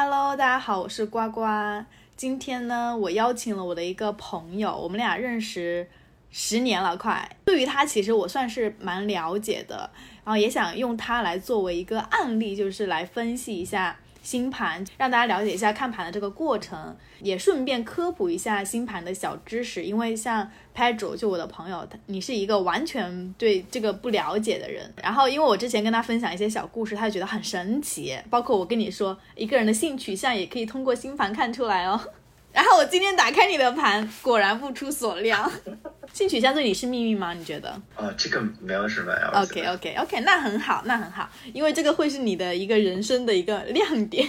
Hello， 大家好，我是呱呱。今天呢，我邀请了我的一个朋友，我们俩认识10年了快。对于他，其实我算是蛮了解的，然后也想用他来作为一个案例，就是来分析一下星盘，让大家了解一下看盘的这个过程，也顺便科普一下星盘的小知识。因为像 Pedro 就我的朋友，你是一个完全对这个不了解的人，然后因为我之前跟他分享一些小故事，他就觉得很神奇，包括我跟你说一个人的性取向也可以通过星盘看出来哦。然后我今天打开你的盘，果然不出所料。性取向对你是秘密吗？你觉得？ 这个没有什么呀。 OK， 那很好，因为这个会是你的一个人生的一个亮点。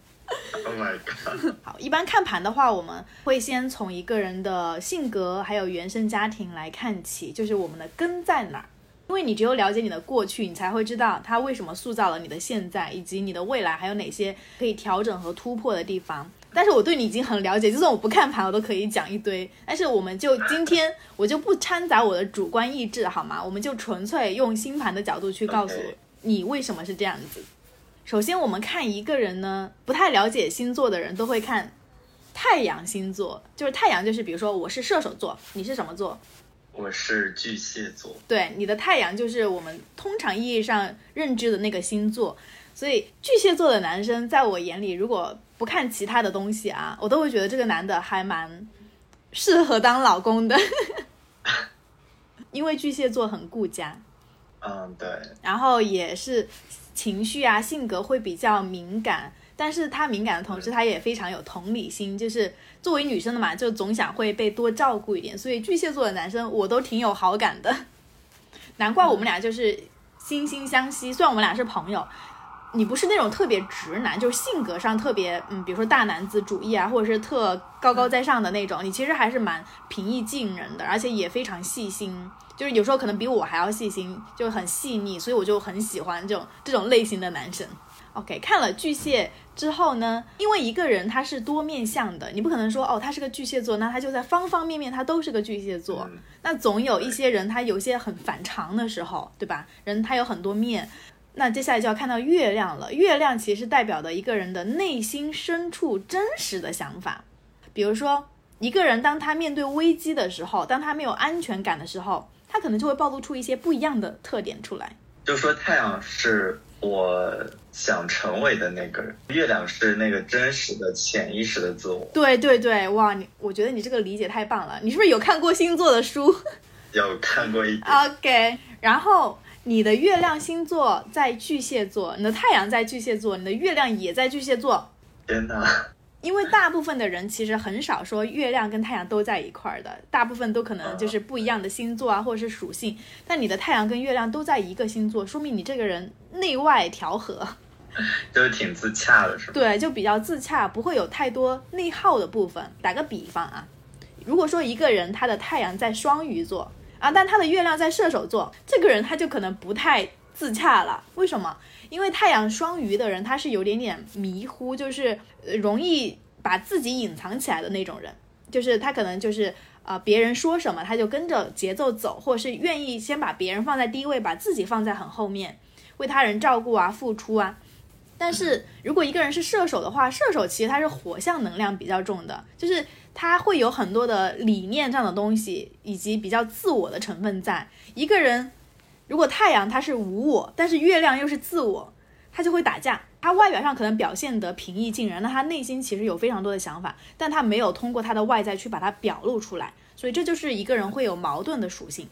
Oh my god！ 好，一般看盘的话，我们会先从一个人的性格还有原生家庭来看起，就是我们的根在哪儿。因为你只有了解你的过去，你才会知道它为什么塑造了你的现在，以及你的未来还有哪些可以调整和突破的地方。但是我对你已经很了解，就算我不看盘我都可以讲一堆，但是我们就今天我就不掺杂我的主观意志好吗？我们就纯粹用星盘的角度去告诉你为什么是这样子。首先我们看一个人呢，不太了解星座的人都会看太阳星座，就是太阳就是比如说我是射手座，你是什么座？ 我是巨蟹座。 对，你的太阳就是我们通常意义上认知的那个星座。所以巨蟹座的男生在我眼里，如果不看其他的东西啊，我都会觉得这个男的还蛮适合当老公的。因为巨蟹座很顾家， 对， 然后也是情绪啊性格会比较敏感，但是他敏感的同时他也非常有同理心，就是作为女生的嘛，就总想会被多照顾一点，所以巨蟹座的男生我都挺有好感的。难怪我们俩就是惺惺相惜，虽然我们俩是朋友，你不是那种特别直男，就是性格上特别比如说大男子主义啊，或者是特高高在上的那种，你其实还是蛮平易近人的，而且也非常细心，就是有时候可能比我还要细心，就很细腻，所以我就很喜欢这种类型的男生。OK， 看了巨蟹之后呢，因为一个人他是多面向的，你不可能说他是个巨蟹座，那他就在方方面面他都是个巨蟹座，那总有一些人他有些很反常的时候，对吧？人他有很多面。那接下来就要看到月亮了，月亮其实代表的一个人的内心深处真实的想法。比如说一个人当他面对危机的时候，当他没有安全感的时候，他可能就会暴露出一些不一样的特点出来。 就说太阳是我想成为的那个人，月亮是那个真实的潜意识的自我。 对，哇，我觉得你这个理解太棒了，你是不是有看过星座的书？ 有看过一点。 OK， 然后你的月亮星座在巨蟹座，你的太阳在巨蟹座，你的月亮也在巨蟹座。 天哪！ 因为大部分的人其实很少说月亮跟太阳都在一块儿的，大部分都可能就是不一样的星座啊，或者是属性。但你的太阳跟月亮都在一个星座，说明你这个人内外调和， 就是挺自洽的，是吗？ 对，就比较自洽，不会有太多内耗的部分。打个比方啊，如果说一个人他的太阳在双鱼座啊，但他的月亮在射手座，这个人他就可能不太自洽了。为什么？因为太阳双鱼的人他是有点点迷糊，就是容易把自己隐藏起来的那种人，就是他可能就是别人说什么他就跟着节奏走，或者是愿意先把别人放在第一位，把自己放在很后面，为他人照顾啊付出啊。但是如果一个人是射手的话，射手其实他是火象能量比较重的，就是他会有很多的理念上的东西，以及比较自我的成分在。一个人如果太阳他是无我，但是月亮又是自我，他就会打架。他外表上可能表现得平易近人，那他内心其实有非常多的想法，但他没有通过他的外在去把它表露出来，所以这就是一个人会有矛盾的属性。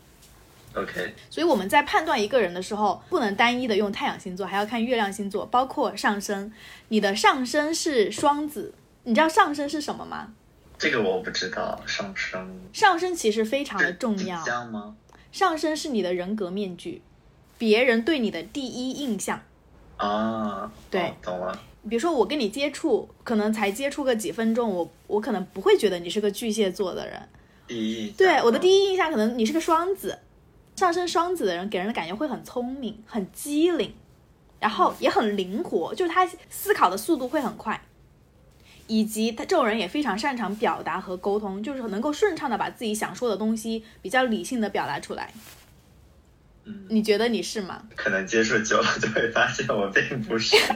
OK， 所以我们在判断一个人的时候，不能单一的用太阳星座，还要看月亮星座，包括上升。你的上升是双子，你知道上升是什么吗？ 这个我不知道。 上升其实非常的重要。 是这样吗？ 上升是你的人格面具，别人对你的第一印象啊。 对， 懂了。 比如说我跟你接触，可能才接触个几分钟，我可能不会觉得你是个巨蟹座的人。 第一印象。 对，我的第一印象可能你是个双子。上升双子的人给人的感觉会很聪明，很机灵，然后也很灵活，就是他思考的速度会很快，以及他这种人也非常擅长表达和沟通，就是能够顺畅的把自己想说的东西比较理性的表达出来。你觉得你是吗？ 可能接触久了就会发现我并不是。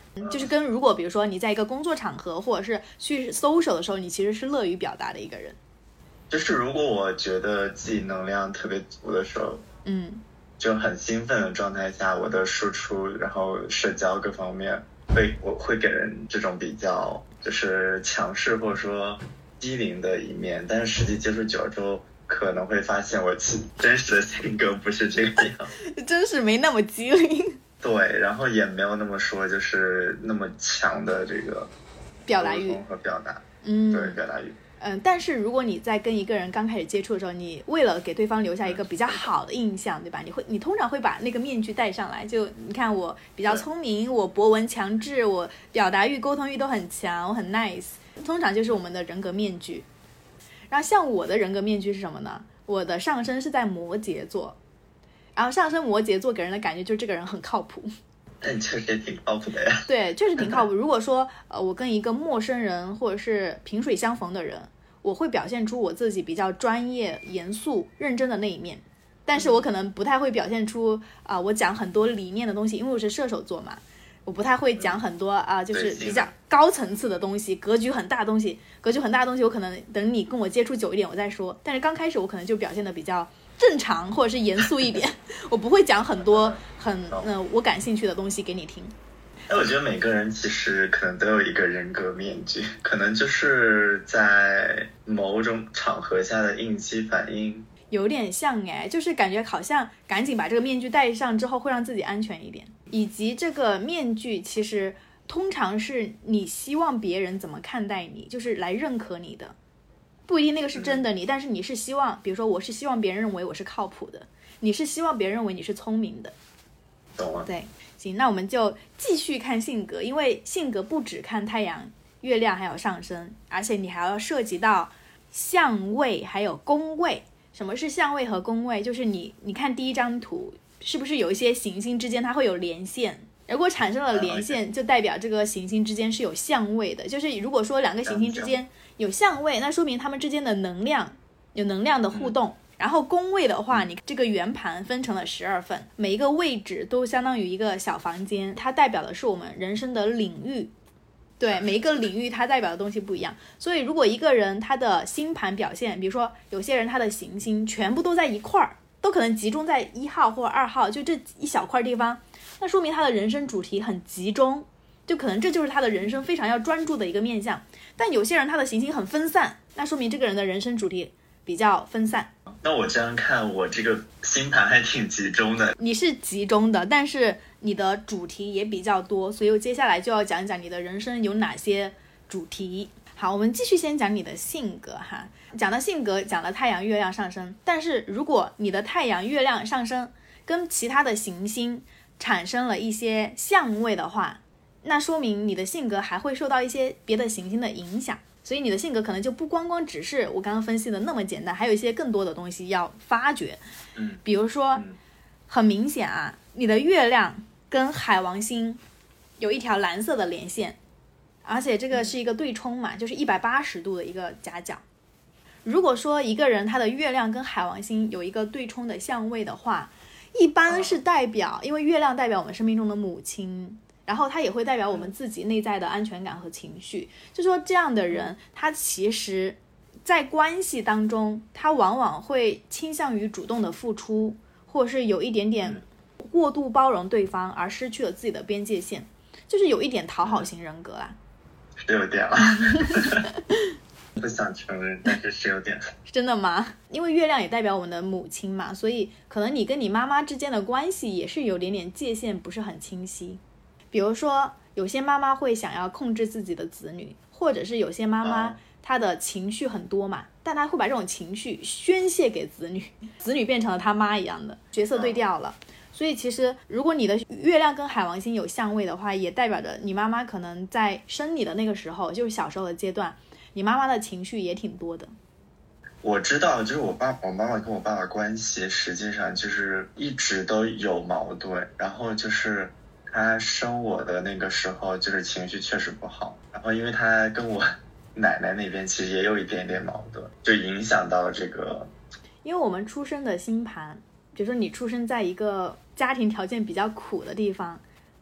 就是跟如果比如说你在一个工作场合或者是去social的时候，你其实是乐于表达的一个人。 就是如果我觉得自己能量特别足的时候，就很兴奋的状态下，我的输出，然后社交各方面我会给人这种比较就是强势或者说机灵的一面，但是实际接触久了之后，可能会发现我真实的性格不是这个样， 真是没那么机灵。 对，然后也没有那么说就是那么强的这个表达欲和表达，对，表达欲。 但是如果你在跟一个人刚开始接触的时候，你为了给对方留下一个比较好的印象，对吧？你通常会把那个面具戴上来，就你看我比较聪明，我博闻强志，我表达欲、沟通欲都很强，我很 nice， 通常就是我们的人格面具。然后像我的人格面具是什么呢？我的上升是在摩羯座，然后上升摩羯座给人的感觉就是这个人很靠谱。 但确实也挺靠谱的呀。 对，确实挺靠谱。如果说我跟一个陌生人或者是萍水相逢的人，我会表现出我自己比较专业、严肃、认真的那一面，但是我可能不太会表现出我讲很多理念的东西，因为我是射手座嘛，我不太会讲很多就是比较高层次的东西，格局很大的东西，我可能等你跟我接触久一点我再说。但是刚开始我可能就表现的比较正常或者是严肃一点，我不会讲很多我感兴趣的东西给你听。 我觉得每个人其实可能都有一个人格面具，可能就是在某种场合下的应激反应。 有点像就是感觉好像赶紧把这个面具戴上之后会让自己安全一点，以及这个面具其实通常是你希望别人怎么看待你，就是来认可你的，不一定那个是真的你，但是你是希望，比如说我是希望别人认为我是靠谱的，你是希望别人认为你是聪明的。 懂了。 对，行，那我们就继续看性格，因为性格不只看太阳、月亮还有上升，而且你还要涉及到相位还有宫位。什么是相位和宫位？就是你看第一张图是不是有一些行星之间它会有连线，如果产生了连线就代表这个行星之间是有相位的，就是如果说两个行星之间有相位，那说明它们之间的能量有能量的互动。然后宫位的话，你这个圆盘分成了12份，每一个位置都相当于一个小房间，它代表的是我们人生的领域。对，每一个领域它代表的东西不一样，所以如果一个人他的星盘表现，比如说有些人他的行星全部都在一块儿，都可能集中在1号或者2号，就这一小块地方，那说明他的人生主题很集中，就可能这就是他的人生非常要专注的一个面向。但有些人他的行星很分散，那说明这个人的人生主题比较分散。 那我这样看，我这个星盘还挺集中的。 你是集中的，但是你的主题也比较多，所以我接下来就要讲讲你的人生有哪些主题。好，我们继续先讲你的性格哈。讲到性格，讲了太阳、月亮、上升，但是如果你的太阳、月亮、上升跟其他的行星产生了一些相位的话，那说明你的性格还会受到一些别的行星的影响。所以你的性格可能就不光光只是我刚刚分析的那么简单，还有一些更多的东西要发掘。比如说很明显你的月亮跟海王星有一条蓝色的连线，而且这个是一个对冲嘛，就是180度的一个夹角。如果说一个人他的月亮跟海王星有一个对冲的相位的话，一般是代表，因为月亮代表我们生命中的母亲，然后它也会代表我们自己内在的安全感和情绪。就说这样的人，他其实在关系当中，他往往会倾向于主动的付出，或者是有一点点过度包容对方，而失去了自己的边界线，就是有一点讨好型人格啦。 是有点了。不想承认，但是有点。 真的吗？因为月亮也代表我们的母亲嘛，所以可能你跟你妈妈之间的关系也是有点点界限不是很清晰。比如说有些妈妈会想要控制自己的子女，或者是有些妈妈她的情绪很多嘛，但她会把这种情绪宣泄给子女，子女变成了她妈一样的，角色对调了。所以其实如果你的月亮跟海王星有相位的话，也代表着你妈妈可能在生你的那个时候，就是小时候的阶段，你妈妈的情绪也挺多的。 我知道，就是我妈妈跟我爸爸关系实际上就是一直都有矛盾，然后就是他生我的那个时候就是情绪确实不好，然后因为他跟我奶奶那边其实也有一点点矛盾，就影响到这个。 因为我们出生的星盘，比如说你出生在一个家庭条件比较苦的地方，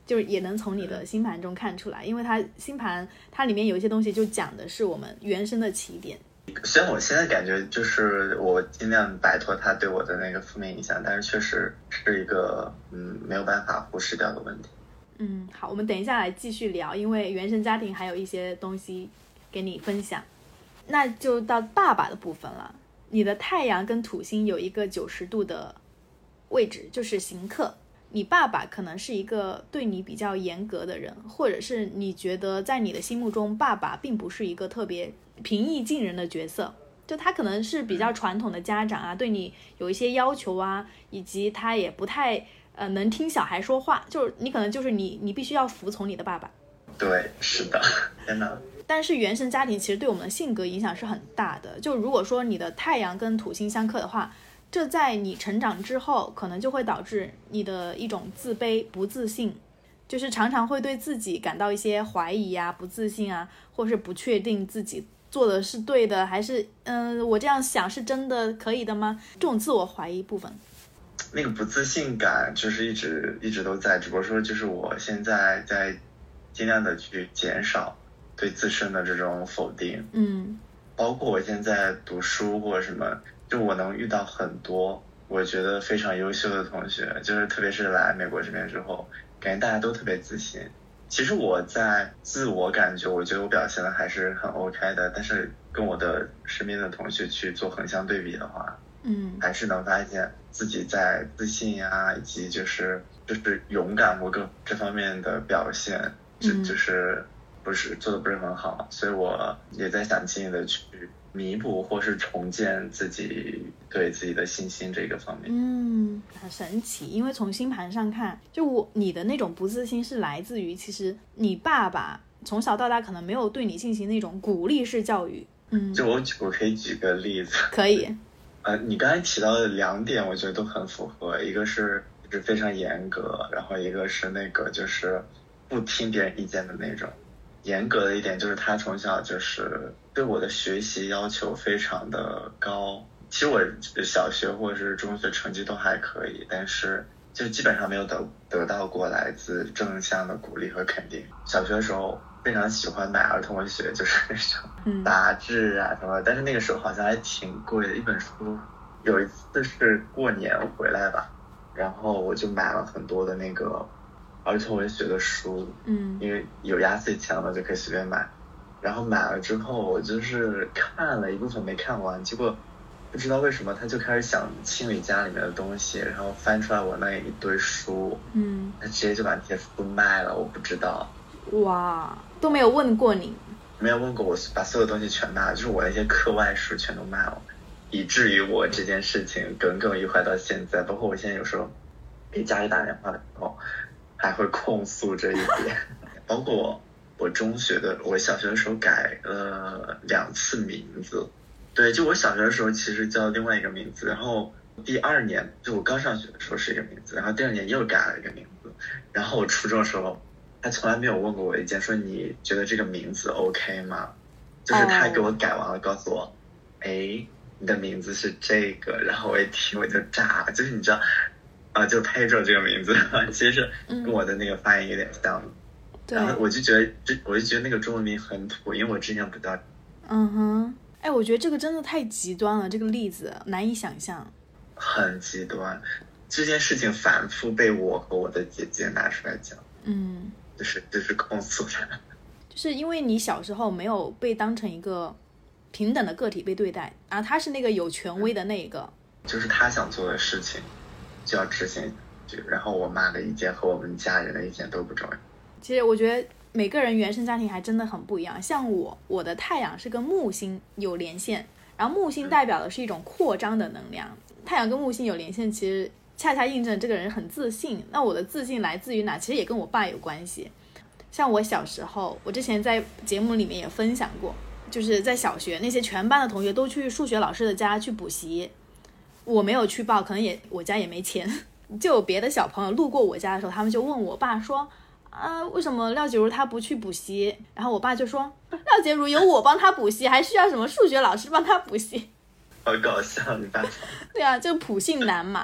就是也能从你的星盘中看出来，因为它星盘它里面有一些东西就讲的是我们原生的起点。 虽然我现在感觉就是我尽量摆脱它对我的那个负面影响，但是确实是一个没有办法忽视掉的问题。 好，我们等一下来继续聊，因为原生家庭还有一些东西给你分享。那就到爸爸的部分了。你的太阳跟土星有一个90度的位置，就是刑克。你爸爸可能是一个对你比较严格的人，或者是你觉得在你的心目中爸爸并不是一个特别平易近人的角色，就他可能是比较传统的家长啊，对你有一些要求啊，以及他也不太能听小孩说话，就是你可能就是你必须要服从你的爸爸。 对，是的，天哪。 但是原生家庭其实对我们的性格影响是很大的，就如果说你的太阳跟土星相克的话，这在你成长之后可能就会导致你的一种自卑不自信，就是常常会对自己感到一些怀疑啊，不自信啊，或是不确定自己做的是对的，还是我这样想是真的可以的吗？这种自我怀疑部分， 那个不自信感就是一直都在，只不过说就是我现在在尽量的去减少对自身的这种否定。包括我现在读书或者什么，就我能遇到很多我觉得非常优秀的同学，就是特别是来美国这边之后，感觉大家都特别自信。其实我在自我感觉，我觉得我表现的还是很 OK 的，但是跟我的身边的同学去做横向对比的话，还是能发现自己在自信呀，以及就是勇敢或各这方面的表现，就是不是做的不是很好，所以我也在想尽力的去弥补或是重建自己对自己的信心这个方面。 很神奇，因为从星盘上看，就你的那种不自信是来自于其实你爸爸从小到大可能没有对你进行那种鼓励式教育。 就我可以举个例子。 可以。 你刚才提到的2点我觉得都很符合，一个是就是非常严格，然后一个是那个就是不听别人意见的那种。严格的一点就是他从小就是对我的学习要求非常的高，其实我小学或者是中学成绩都还可以，但是就基本上没有得到过来自正向的鼓励和肯定。小学的时候非常喜欢买儿童文学，就是那种杂志啊什么，但是那个时候好像还挺贵的，一本书。有一次是过年回来吧，然后我就买了很多的那个儿童文学的书，因为有压岁钱了就可以随便买。然后买了之后，我就是看了一部分没看完，结果不知道为什么他就开始想清理家里面的东西，然后翻出来我那一堆书，他直接就把那些书卖了，我不知道。 哇，都没有问过你？ 没有问过，我把所有东西全卖了，就是我那些课外书全都卖了，以至于我这件事情耿耿于怀到现在。包括我现在有时候给家里打电话的时候还会控诉这一点。包括我小学的时候改了2次名字。对，就我小学的时候其实叫另外一个名字，然后第2年就我刚上学的时候是一个名字，然后第2年又改了一个名字。然后我初中的时候他从来没有问过我意见，说你觉得这个名字 OK 吗？就是他给我改完了，告诉我你的名字是这个。然后我一听我就炸了，就是你知道就 Pedro 这个名字其实跟我的那个发音有点像。然后我就觉得那个中文名很土，因为我之前不知道。 我觉得这个真的太极端了，这个例子难以想象。 很极端，这件事情反复被我和我的姐姐拿出来讲。就是控诉他， 就是因为你小时候没有被当成一个平等的个体被对待，然后他是那个有权威的那一个， 就是他想做的事情就要执行下去，然后我妈的意见和我们家人的意见都不重要。 其实我觉得每个人原生家庭还真的很不一样，像我的太阳是跟木星有连线，然后木星代表的是一种扩张的能量，太阳跟木星有连线，其实恰恰印证这个人很自信。那我的自信来自于哪？其实也跟我爸有关系。像我小时候，我之前在节目里面也分享过，就是在小学那些全班的同学都去数学老师的家去补习，我没有去报，可能我家也没钱。就有别的小朋友路过我家的时候，他们就问我爸说为什么廖洁如他不去补习？然后我爸就说廖洁如有我帮他补习，还需要什么数学老师帮他补习？ 好搞笑，你爸。 对啊，就普信男嘛。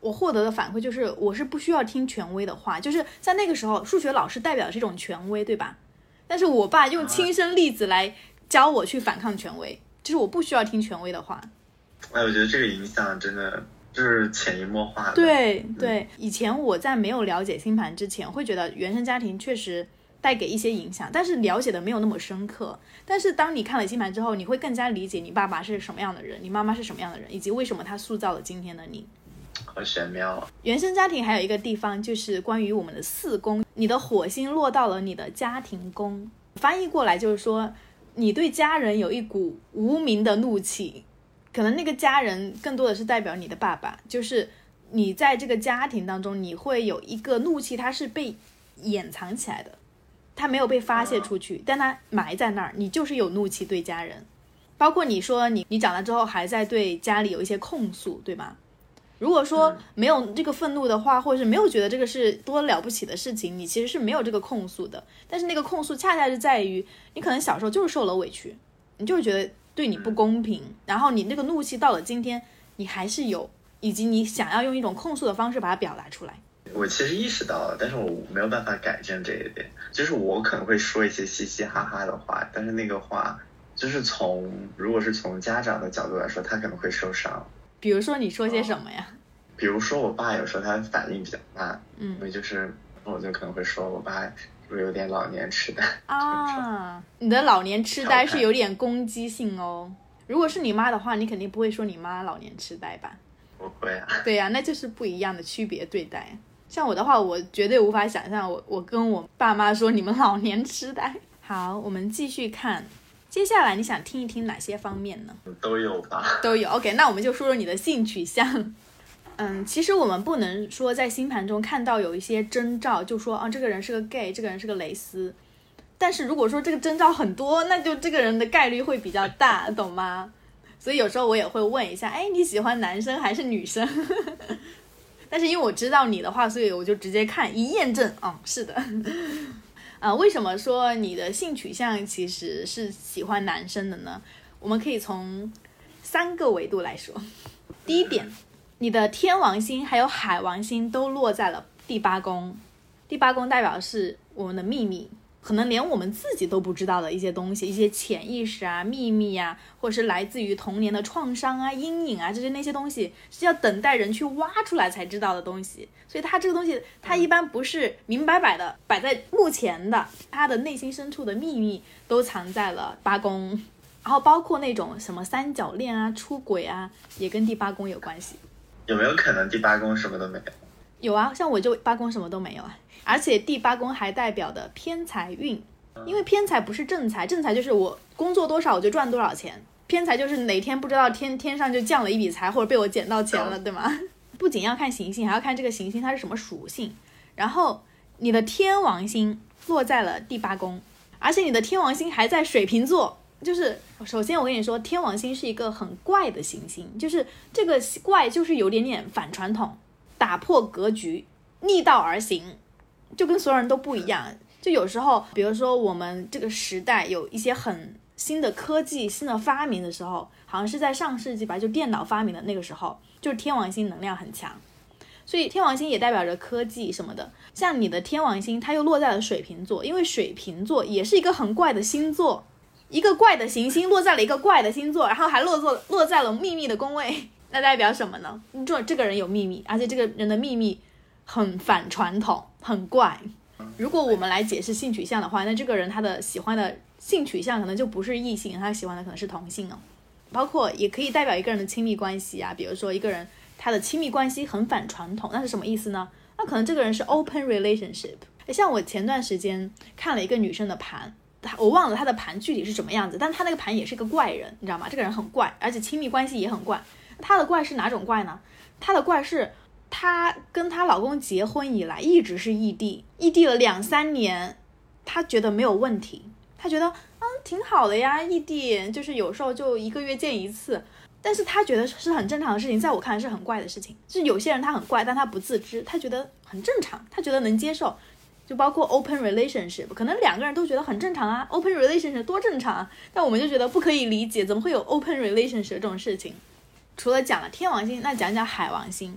我获得的反馈就是我是不需要听权威的话，就是在那个时候数学老师代表的是一种权威，对吧？但是我爸用亲身例子来教我去反抗权威，就是我不需要听权威的话。 我觉得这个影响真的就是潜移默化的。 对对，以前我在没有了解星盘之前会觉得原生家庭确实带给一些影响，但是了解的没有那么深刻。但是当你看了星盘之后，你会更加理解你爸爸是什么样的人，你妈妈是什么样的人，以及为什么他塑造了今天的你。 好玄妙。 原生家庭还有一个地方就是关于我们的4宫，你的火星落到了你的家庭宫，翻译过来就是说你对家人有一股无名的怒气，可能那个家人更多的是代表你的爸爸，就是你在这个家庭当中你会有一个怒气，它是被掩藏起来的，它没有被发泄出去，但它埋在那儿，你就是有怒气对家人。包括你说你长大之后还在对家里有一些控诉，对吗？如果说没有这个愤怒的话，或者是没有觉得这个是多了不起的事情，你其实是没有这个控诉的。但是那个控诉恰恰是在于你可能小时候就是受了委屈，你就是觉得对你不公平，然后你那个怒气到了今天你还是有，以及你想要用一种控诉的方式把它表达出来。 我其实意识到了，但是我没有办法改正这一点。就是我可能会说一些嘻嘻哈哈的话，但是那个话就是如果是从家长的角度来说，他可能会受伤。 比如说你说些什么呀？ 比如说我爸有时候他反应比较慢，因为就是我就可能会说我爸是不是有点老年痴呆啊？你的老年痴呆是有点攻击性哦。如果是你妈的话，你肯定不会说你妈老年痴呆吧？ 不会啊。 对呀，那就是不一样的区别对待。像我的话，我绝对无法想象我跟我爸妈说你们老年痴呆。好，我们继续看，接下来你想听一听哪些方面呢？ 都有吧。 都有。 OK， 那我们就说说你的性取向。其实我们不能说在星盘中看到有一些征兆就说这个人是个 gay， 这个人是个蕾丝，但是如果说这个征兆很多，那就这个人的概率会比较大，懂吗？所以有时候我也会问一下，你喜欢男生还是女生？但是因为我知道你的话，所以我就直接看一验证，是的。为什么说你的性取向其实是喜欢男生的呢？我们可以从3个维度来说。第一点，你的天王星还有海王星都落在了第8宫，第8宫代表的是我们的秘密，可能连我们自己都不知道的一些东西，一些潜意识啊、秘密啊，或者是来自于童年的创伤啊、阴影啊，那些东西是要等待人去挖出来才知道的东西。所以它这个东西它一般不是明白摆的摆在目前的，它的内心深处的秘密都藏在了8宫。然后包括那种什么3角恋啊、出轨啊，也跟第8宫有关系。 有没有可能第8宫什么都没有？ 有啊，像我就8宫什么都没有啊。而且第8宫还代表的偏财运，因为偏财不是正财，正财就是我工作多少我就赚多少钱，偏财就是哪天不知道天上就降了一笔财，或者被我捡到钱了，对吗？不仅要看行星，还要看这个行星它是什么属性。然后你的天王星落在了第8宫，而且你的天王星还在水瓶座。就是首先我跟你说，天王星是一个很怪的行星，就是这个怪就是有点点反传统，打破格局，逆道而行，就跟所有人都不一样。就有时候比如说我们这个时代有一些很新的科技、新的发明的时候，好像是在上世纪吧，就电脑发明的那个时候，就是天王星能量很强，所以天王星也代表着科技什么的。像你的天王星它又落在了水瓶座，因为水瓶座也是一个很怪的星座，一个怪的行星落在了一个怪的星座，然后还落在了秘密的宫位，那代表什么呢？这个人有秘密，而且这个人的秘密很反传统，很怪。如果我们来解释性取向的话，那这个人他的喜欢的性取向可能就不是异性，他喜欢的可能是同性哦。包括也可以代表一个人的亲密关系啊，比如说一个人他的亲密关系很反传统，那是什么意思呢？那可能这个人是 open relationship。像我前段时间看了一个女生的盘，我忘了他的盘具体是什么样子，但他那个盘也是个怪人，你知道吗？这个人很怪，而且亲密关系也很怪。他的怪是哪种怪呢？他的怪是她跟她老公结婚以来一直是异地了2-3年，她觉得没有问题，她觉得挺好的呀，异地就是有时候就1个月见一次，但是她觉得是很正常的事情，在我看来是很怪的事情。就是有些人他很怪，但他不自知，他觉得很正常，他觉得能接受。就包括 open relationship， 可能2个人都觉得很正常啊， open relationship 多正常啊，但我们就觉得不可以理解，怎么会有 open relationship 这种事情。除了讲了天王星，那讲讲海王星。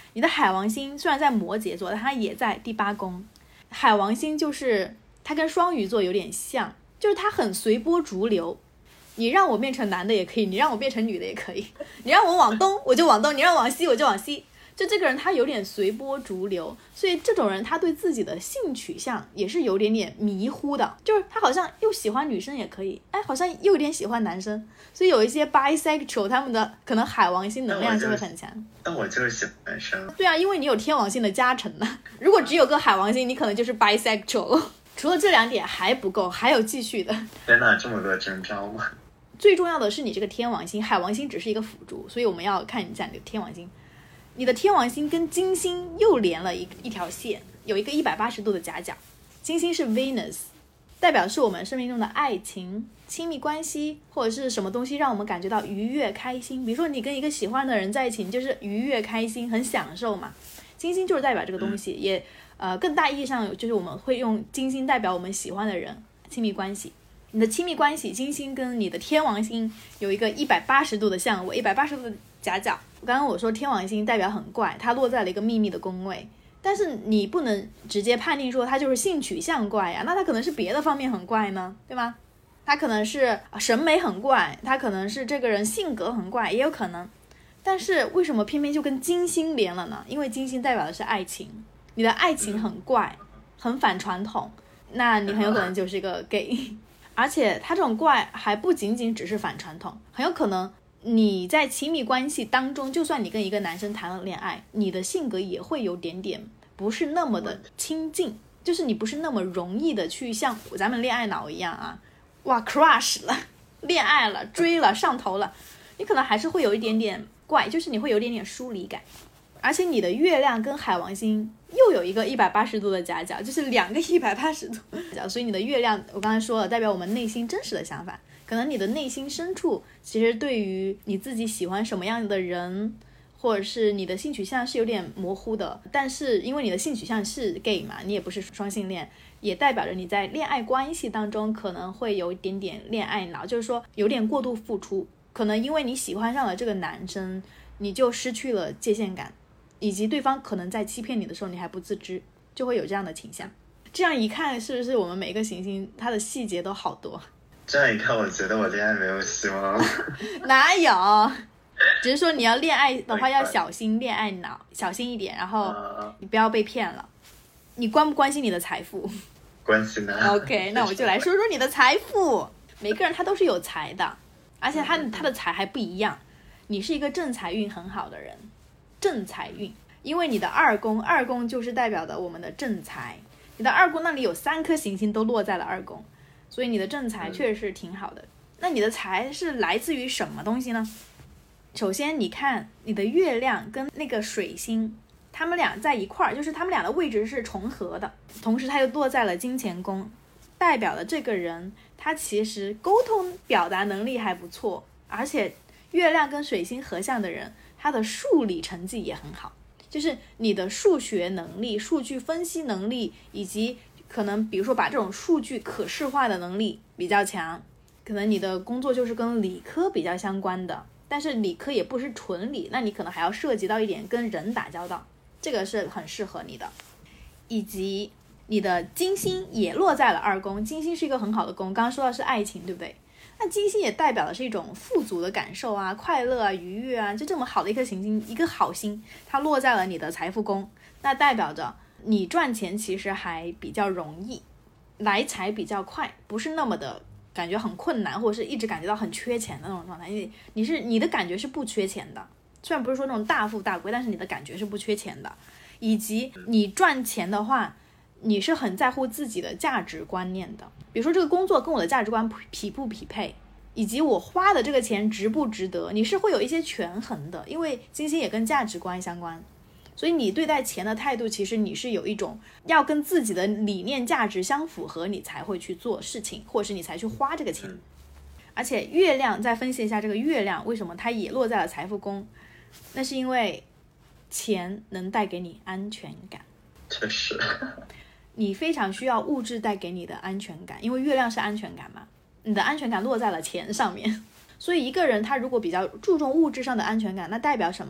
你的海王星虽然在摩羯座，但它也在第8宫。海王星就是它跟双鱼座有点像，就是它很随波逐流，你让我变成男的也可以，你让我变成女的也可以，你让我往东我就往东，你让我往西我就往西，就这个人他有点随波逐流，所以这种人他对自己的性取向也是有点点迷糊的，就是他好像又喜欢女生也可以，哎，好像又有点喜欢男生，所以有一些 bisexual 他们的可能海王星能量就会很强。 但我就是喜欢男生。 对啊，因为你有天王星的加成呢。如果只有个海王星，你可能就是 bisexual。除了这2点还不够，还有继续的。 天哪，这么多征兆吗？ 最重要的是你这个天王星，海王星只是一个辅助，所以我们要看一下你的天王星。你的天王星跟金星又连了一条线，有一个180度的夹角。金星是 Venus， 代表是我们生命中的爱情、亲密关系，或者是什么东西让我们感觉到愉悦开心。比如说你跟一个喜欢的人在一起，你就是愉悦开心，很享受嘛。金星就是代表这个东西，也更大意义上就是我们会用金星代表我们喜欢的人，亲密关系。你的亲密关系，金星跟你的天王星有一个180度的相位，180度的夹角。刚刚我说天王星代表很怪，它落在了一个秘密的宫位，但是你不能直接判定说它就是性取向怪呀，那它可能是别的方面很怪呢，对吗？它可能是审美很怪，它可能是这个人性格很怪，也有可能。但是为什么偏偏就跟金星连了呢？因为金星代表的是爱情，你的爱情很怪，很反传统，那你很有可能就是一个 gay。 而且它这种怪还不仅仅只是反传统，很有可能你在亲密关系当中，就算你跟一个男生谈了恋爱，你的性格也会有点点不是那么的亲近，就是你不是那么容易的去像咱们恋爱脑一样啊，哇 crush 了，恋爱了，追了，上头了，你可能还是会有一点点怪，就是你会有一点点疏离感。而且你的月亮跟海王星又有一个180度的夹角，就是2个180度角，所以你的月亮我刚才说了，代表我们内心真实的想法。可能你的内心深处其实对于你自己喜欢什么样的人，或者是你的性取向是有点模糊的，但是因为你的性取向是 gay 嘛，你也不是双性恋，也代表着你在恋爱关系当中可能会有一点点恋爱脑，就是说有点过度付出，可能因为你喜欢上了这个男生，你就失去了界限感，以及对方可能在欺骗你的时候你还不自知，就会有这样的倾向。这样一看，是不是我们每个行星它的细节都好多？ 这样一看，我觉得我恋爱没有希望。 哪有？只是说你要恋爱的话要小心恋爱脑，小心一点，然后你不要被骗了。你关不关心你的财富？ 关心呢。 OK， 那我就来说说你的财富。每个人他都是有财的，而且他的财还不一样。你是一个正财运很好的人，正财运，因为你的2宫就是代表的我们的正财，你的2宫那里有3颗行星都落在了2宫，所以你的正财确实是挺好的。那你的财是来自于什么东西呢？首先你看你的月亮跟那个水星，他们俩在一块儿，就是他们俩的位置是重合的，同时它又落在了金钱宫，代表了这个人他其实沟通表达能力还不错，而且月亮跟水星合相的人，他的数理成绩也很好，就是你的数学能力、数据分析能力，以及可能比如说把这种数据可视化的能力比较强。可能你的工作就是跟理科比较相关的，但是理科也不是纯理，那你可能还要涉及到一点跟人打交道，这个是很适合你的。以及你的金星也落在了2宫，金星是一个很好的宫，刚刚说到是爱情，对不对？那金星也代表的是一种富足的感受啊，快乐啊，愉悦啊，就这么好的一颗行星，一个好星，它落在了你的财富宫，那代表着你赚钱其实还比较容易，来财比较快，不是那么的感觉很困难，或者是一直感觉到很缺钱的那种状态。因为你的感觉是不缺钱的，虽然不是说那种大富大贵，但是你的感觉是不缺钱的。以及你赚钱的话，你是很在乎自己的价值观念的，比如说这个工作跟我的价值观匹不匹配，以及我花的这个钱值不值得，你是会有一些权衡的，因为金星也跟价值观相关，所以你对待钱的态度，其实你是有一种要跟自己的理念价值相符合，你才会去做事情，或者是你才去花这个钱。而且月亮，再分析一下这个月亮为什么它也落在了财富宫，那是因为钱能带给你安全感。 确实你非常需要物质带给你的安全感，因为月亮是安全感嘛，你的安全感落在了钱上面。所以一个人他如果比较注重物质上的安全感，那代表什么？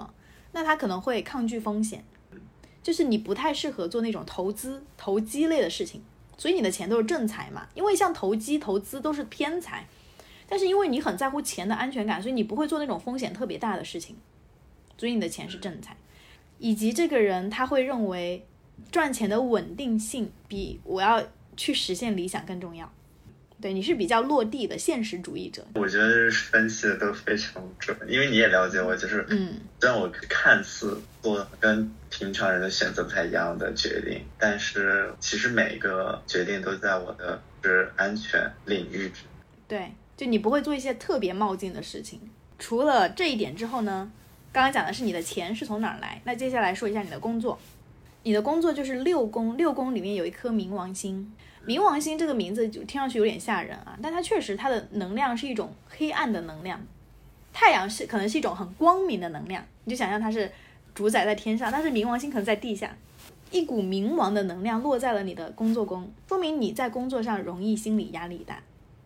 那他可能会抗拒风险，就是你不太适合做那种投机类的事情，所以你的钱都是正财嘛。因为像投资都是偏财，但是因为你很在乎钱的安全感，所以你不会做那种风险特别大的事情，所以你的钱是正财。以及这个人他会认为赚钱的稳定性比我要去实现理想更重要。对，你是比较落地的现实主义者。 我觉得分析的都非常准，因为你也了解我，就是虽然我看似做跟平常人的选择不太一样的决定，但是其实每一个决定都在我的是安全领域之内。 对，就你不会做一些特别冒进的事情。除了这一点之后呢，刚刚讲的是你的钱是从哪儿来，那接下来说一下你的工作。你的工作就是六宫里面有一颗冥王星。冥王星这个名字就听上去有点吓人啊，但它确实它的能量是一种黑暗的能量，太阳可能是一种很光明的能量，你就想象它是主宰在天上，但是冥王星可能在地下。一股冥王的能量落在了你的工作宫，说明你在工作上容易心理压力大。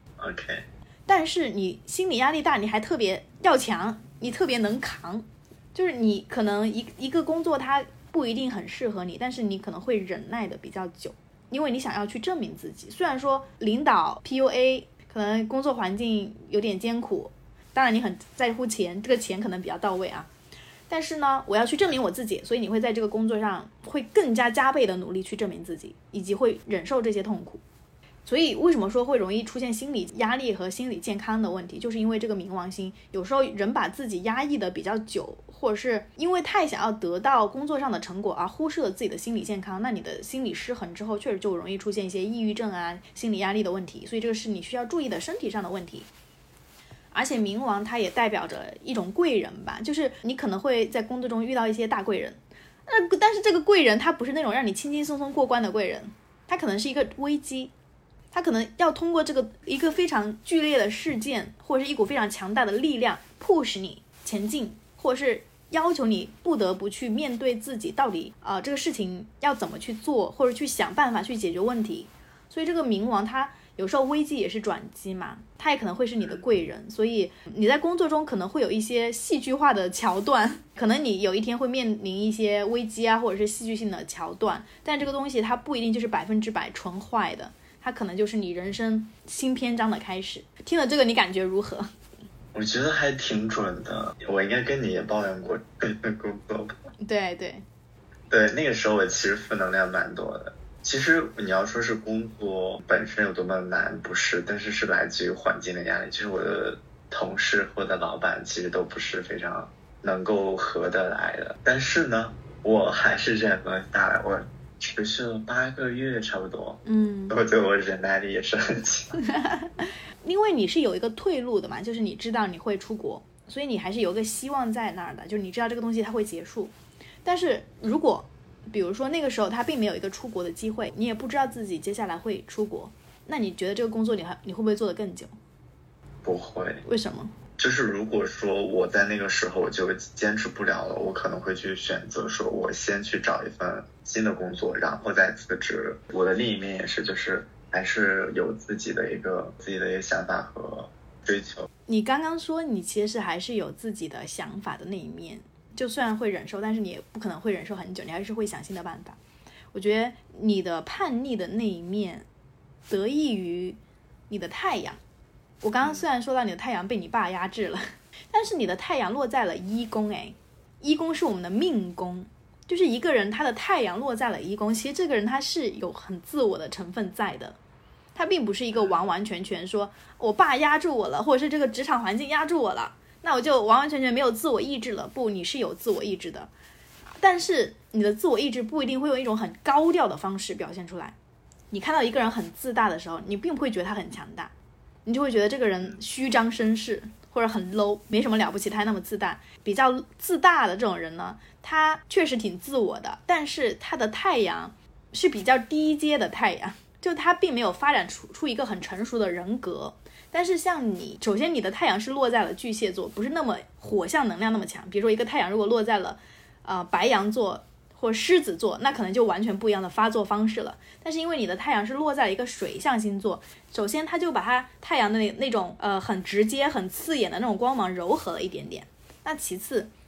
OK， 但是你心理压力大，你还特别要强，你特别能扛，就是你可能一个工作它不一定很适合你，但是你可能会忍耐的比较久，因为你想要去证明自己。虽然说领导 PUA 可能工作环境有点艰苦，当然你很在乎钱，这个钱可能比较到位啊，但是呢我要去证明我自己，所以你会在这个工作上会更加倍的努力去证明自己，以及会忍受这些痛苦。所以为什么说会容易出现心理压力和心理健康的问题，就是因为这个冥王星有时候人把自己压抑的比较久，或者是因为太想要得到工作上的成果而忽视了自己的心理健康，那你的心理失衡之后确实就容易出现一些抑郁症啊、心理压力的问题，所以这个是你需要注意的身体上的问题。而且冥王它也代表着一种贵人吧，就是你可能会在工作中遇到一些大贵人，但是这个贵人他不是那种让你轻轻松松过关的贵人，他可能是一个危机，他可能要通过这个一个非常剧烈的事件，或者是一股非常强大的力量 push 你前进，或者是要求你不得不去面对自己到底这个事情要怎么去做，或者去想办法去解决问题。所以这个冥王他有时候危机也是转机嘛，他也可能会是你的贵人，所以你在工作中可能会有一些戏剧化的桥段，可能你有一天会面临一些危机啊，或者是戏剧性的桥段，但这个东西它不一定就是100%纯坏的，它可能就是你人生新篇章的开始。听了这个你感觉如何？ 我觉得还挺准的，我应该跟你也抱怨过这份工作吧。 对， 那个时候我其实负能量蛮多的。其实你要说是工作本身有多么难，不是，但是来自于环境的压力。就是我的同事或者老板其实都不是非常能够合得来的，但是呢我还是忍了下来，我持续了8个月差不多。我觉得我忍耐力也是很强。 因为你是有一个退路的嘛，就是你知道你会出国，所以你还是有一个希望在那儿的，就是你知道这个东西它会结束。但是如果比如说那个时候他并没有一个出国的机会，你也不知道自己接下来会出国，那你觉得这个工作你会不会做得更久？ 不会。 为什么？ 就是如果说我在那个时候我就坚持不了了，我可能会去选择说我先去找一份新的工作，然后再辞职。我的另一面也是，就是还是有自己的一个想法和追求。 你刚刚说你其实还是有自己的想法的那一面，就虽然会忍受，但是你也不可能会忍受很久，你还是会想新的办法。我觉得你的叛逆的那一面得益于你的太阳。我刚刚虽然说到你的太阳被你爸压制了，但是你的太阳落在了1宫。1宫是我们的命宫，就是一个人他的太阳落在了1宫，其实这个人他是有很自我的成分在的，他并不是一个完完全全说我爸压住我了，或者是这个职场环境压住我了，那我就完完全全没有自我意志了。不，你是有自我意志的，但是你的自我意志不一定会用一种很高调的方式表现出来。你看到一个人很自大的时候，你并不会觉得他很强大，你就会觉得这个人虚张声势或者很 low， 没什么了不起，他还那么自大。比较自大的这种人呢，他确实挺自我的，但是他的太阳是比较低阶的太阳，就他并没有发展出一个很成熟的人格。但是像你，首先你的太阳是落在了巨蟹座，不是那么火象能量那么强。比如说一个太阳如果落在了白羊座或狮子座，那可能就完全不一样的发作方式了。但是因为你的太阳是落在了一个水象星座，首先它就把它太阳的那种很直接很刺眼的那种光芒柔和了一点点。那其次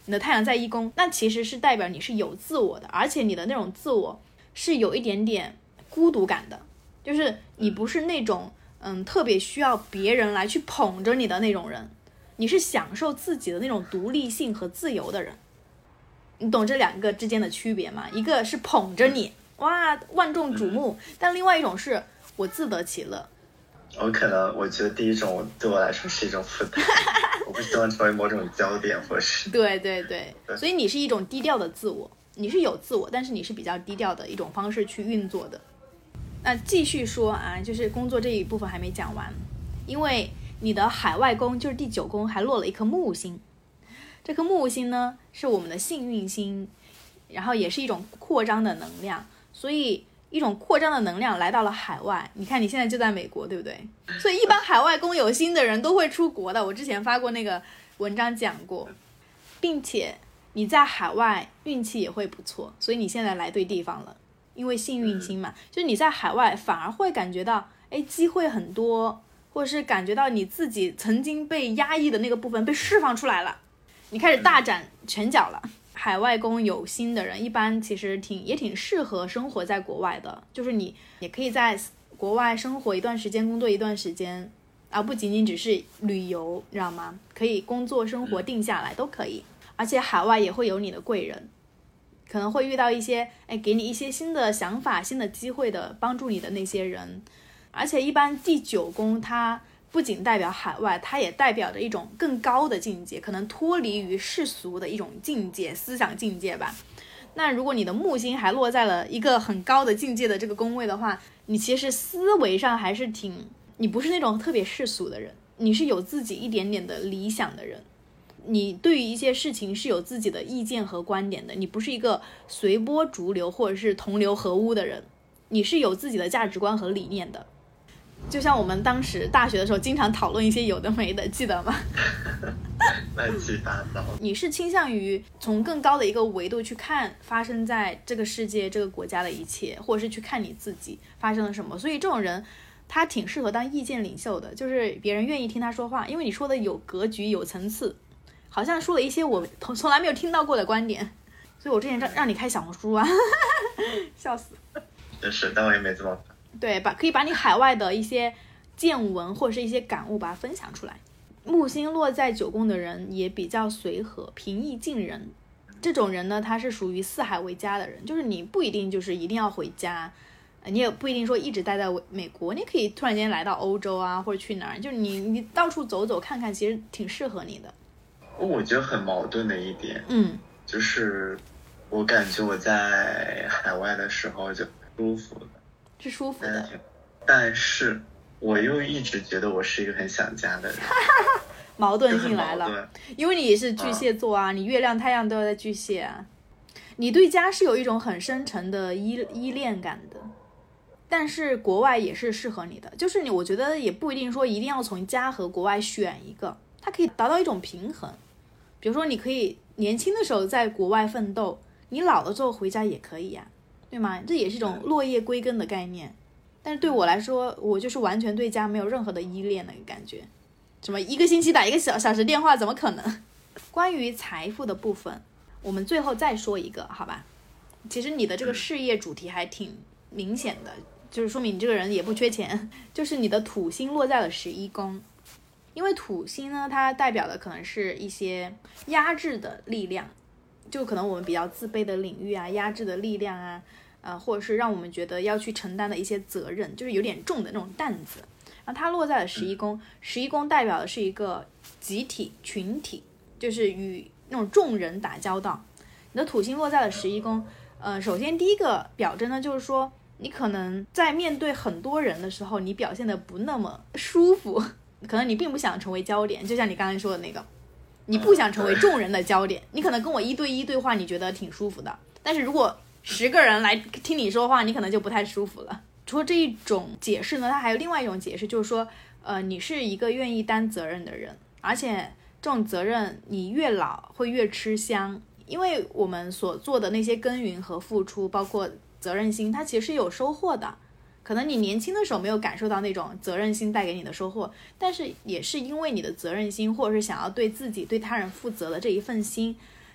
你的太阳在1宫，那其实是代表你是有自我的，而且你的那种自我是有一点点孤独感的，就是你不是那种特别需要别人来去捧着你的那种人，你是享受自己的那种独立性和自由的人。你懂这2个之间的区别吗？一个是捧着你，哇，万众瞩目，但另外一种是我自得其乐。 我觉得第一种对我来说是一种负担，我不希望成为某种焦点，或是对，所以你是一种低调的自我，你是有自我，但是你是比较低调的一种方式去运作的。那继续说啊，就是工作这一部分还没讲完，因为你的海外宫就是第9宫还落了一颗木星，这颗木星呢是我们的幸运星，然后也是一种扩张的能量，所以一种扩张的能量来到了海外。你看你现在就在美国，对不对？所以一般海外宫有星的人都会出国的，我之前发过那个文章讲过，并且你在海外运气也会不错，所以你现在来对地方了，因为幸运星嘛，就是你在海外反而会感觉到机会很多，或者是感觉到你自己曾经被压抑的那个部分被释放出来了，你开始大展拳脚了。海外宫有星的人一般其实也挺适合生活在国外的，就是你也可以在国外生活一段时间，工作一段时间，而不仅仅只是旅游，知道吗？可以工作生活定下来都可以。而且海外也会有你的贵人，可能会遇到一些给你一些新的想法、新的机会的帮助你的那些人。而且一般第9宫它不仅代表海外，它也代表着一种更高的境界，可能脱离于世俗的一种境界，思想境界吧。那如果你的木星还落在了一个很高的境界的这个宫位的话，你其实思维上还是你不是那种特别世俗的人，你是有自己一点点的理想的人，你对于一些事情是有自己的意见和观点的，你不是一个随波逐流或者是同流合污的人，你是有自己的价值观和理念的。就像我们当时大学的时候经常讨论一些有的没的，记得吗？ 乱七八糟。 你是倾向于从更高的一个维度去看发生在这个世界这个国家的一切，或者是去看你自己发生了什么，所以这种人他挺适合当意见领袖的，就是别人愿意听他说话，因为你说的有格局有层次，好像说了一些我从来没有听到过的观点，所以我之前让你开小红书啊笑死。 是，但我也没这么烦。 对，可以把你海外的一些见闻或者是一些感悟把它分享出来。木星落在9宫的人也比较随和平易近人，这种人呢他是属于四海为家的人，就是你不一定就是一定要回家，你也不一定说一直待在美国，你可以突然间来到欧洲啊，或者去哪儿，就是你到处走走看看，其实挺适合你的。 我觉得很矛盾的一点就是我感觉我在海外的时候就舒服的， 是舒服的， 但是我又一直觉得我是一个很想家的人矛盾性来了，因为你也是巨蟹座啊，你月亮太阳都要在巨蟹啊，你对家是有一种很深沉的依恋感的，但是国外也是适合你的，就是我觉得也不一定说一定要从家和国外选一个，它可以达到一种平衡。比如说你可以年轻的时候在国外奋斗，你老了之后回家也可以呀，对吗？这也是一种落叶归根的概念。但是对我来说，我就是完全对家没有任何的依恋的感觉，什么1个星期打1个小时电话怎么可能。关于财富的部分我们最后再说一个好吧，其实你的这个事业主题还挺明显的，就是说明你这个人也不缺钱，就是你的土星落在了11宫。因为土星呢它代表的可能是一些压制的力量，就可能我们比较自卑的领域啊，压制的力量啊，或者是让我们觉得要去承担的一些责任，就是有点重的那种担子。然后它落在了11宫，11宫代表的是一个集体群体，就是与那种众人打交道。你的土星落在了11宫，首先第一个表征呢就是说你可能在面对很多人的时候你表现得不那么舒服，可能你并不想成为焦点，就像你刚才说的那个，你不想成为众人的焦点，你可能跟我1对1对话你觉得挺舒服的，但是如果10个人来听你说话你可能就不太舒服了。除了这一种解释呢，它还有另外一种解释，就是说你是一个愿意担责任的人，而且这种责任你越老会越吃香，因为我们所做的那些耕耘和付出包括责任心它其实是有收获的，可能你年轻的时候没有感受到那种责任心带给你的收获，但是也是因为你的责任心或者是想要对自己对他人负责的这一份心，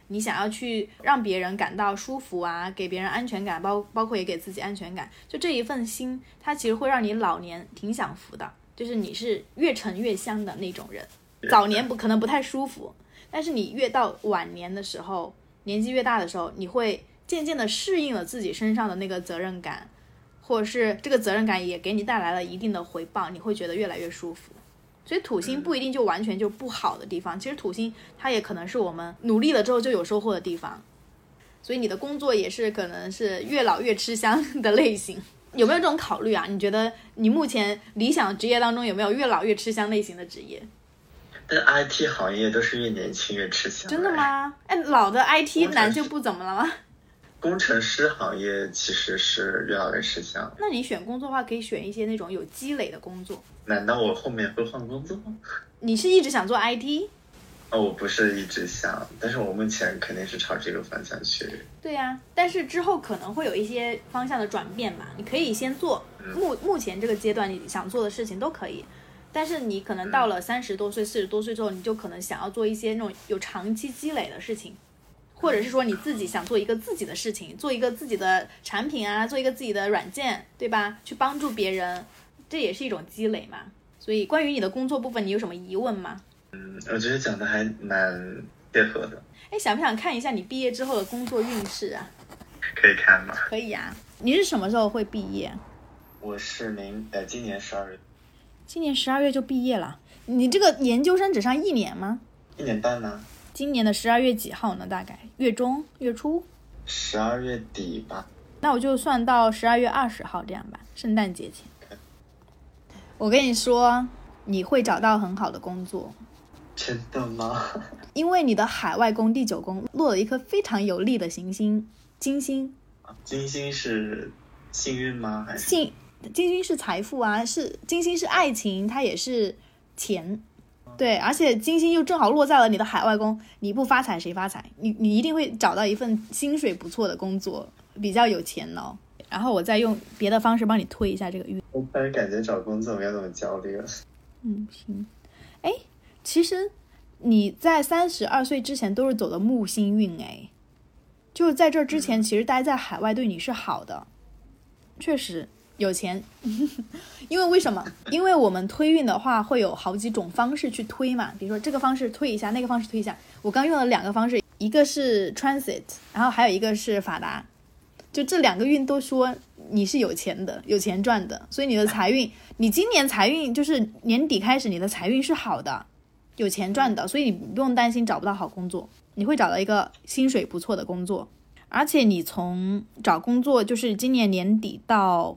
你想要去让别人感到舒服啊，给别人安全感，包括也给自己安全感，就这一份心，它其实会让你老年挺享福的，就是你是越沉越香的那种人。早年可能不太舒服，但是你越到晚年的时候，年纪越大的时候，你会渐渐的适应了自己身上的那个责任感，或者是这个责任感也给你带来了一定的回报，你会觉得越来越舒服。所以土星不一定就完全就不好的地方，其实土星它也可能是我们努力了之后就有收获的地方。所以你的工作也是可能是越老越吃香的类型。有没有这种考虑啊？你觉得你目前理想职业当中有没有越老越吃香类型的职业？ 但 IT 行业都是越年轻越吃香。 真的吗？老的 IT 男就不怎么了吗？ 工程师行业其实是越老越吃香。 那你选工作的话，可以选一些那种有积累的工作。 难道我后面会换工作吗？ 你是一直想做 IT？ 我不是一直想，但是我目前肯定是朝这个方向去。 对呀，但是之后可能会有一些方向的转变嘛。你可以先做目前这个阶段你想做的事情都可以，但是你可能到了30多岁、40多岁之后，你就可能想要做一些那种有长期积累的事情，或者是说你自己想做一个自己的事情，做一个自己的产品啊，做一个自己的软件，对吧？去帮助别人，这也是一种积累嘛。所以关于你的工作部分，你有什么疑问吗？ 我觉得讲的还蛮贴合的。 想不想看一下你毕业之后的工作运势啊？ 可以看吗？ 可以啊。你是什么时候会毕业？ 我是今年12月。 今年12月就毕业了？你这个研究生只上1年吗 ？1年半呢。 今年的12月几号呢？大概月中月初 ？12月底吧。 那我就算到12月20号这样吧，圣诞节前。我跟你说，你会找到很好的工作。 真的吗？ 因为你的海外宫第9宫落了一颗非常有利的行星金星。 金星是幸运吗？还是金星是财富啊，金星是爱情，它也是钱。对，而且金星又正好落在了你的海外宫，你不发财谁发财？你一定会找到一份薪水不错的工作，比较有钱哦。然后我再用别的方式帮你推一下这个运。 我突然感觉找工作没有那么焦虑了。 行。其实你在32岁之前都是走的木星运就是在这之前其实待在海外对你是好的，确实有钱。因为为什么？因为我们推运的话会有好几种方式去推嘛，比如说这个方式推一下，那个方式推一下。我刚用了2个方式，一个是 transit， 然后还有一个是法达，就这2个运都说你是有钱的，有钱赚的，所以你的财运，你今年财运就是年底开始你的财运是好的，有钱赚的，所以你不用担心找不到好工作，你会找到一个薪水不错的工作。而且你从找工作就是今年年底到